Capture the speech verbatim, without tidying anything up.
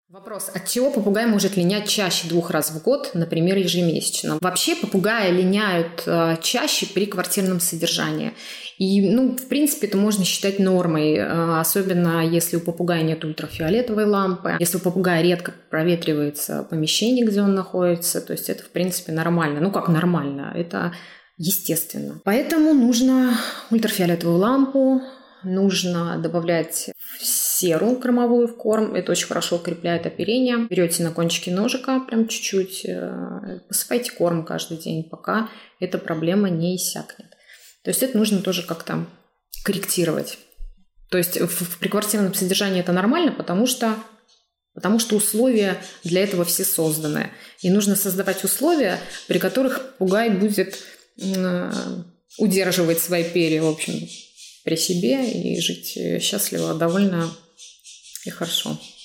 Вопрос, от чего попугай может линять чаще двух раз в год, например, ежемесячно? Вообще попугаи линяют э, чаще при квартирном содержании. И, ну, в принципе, это можно считать нормой, э, особенно если у попугая нет ультрафиолетовой лампы, если у попугая редко проветривается помещение, где он находится, то есть это, в принципе, нормально. Ну, как нормально? Это естественно. Поэтому нужно ультрафиолетовую лампу, нужно добавлять серу кормовую в корм. Это очень хорошо укрепляет оперение. Берете на кончике ножика прям чуть-чуть, посыпайте корм каждый день, пока эта проблема не иссякнет. То есть это нужно тоже как-то корректировать. То есть в приквартирном содержании это нормально, потому что, потому что условия для этого все созданы. И нужно создавать условия, при которых попугай будет удерживать свои перья, в общем, при себе и жить счастливо, довольно и хорошо.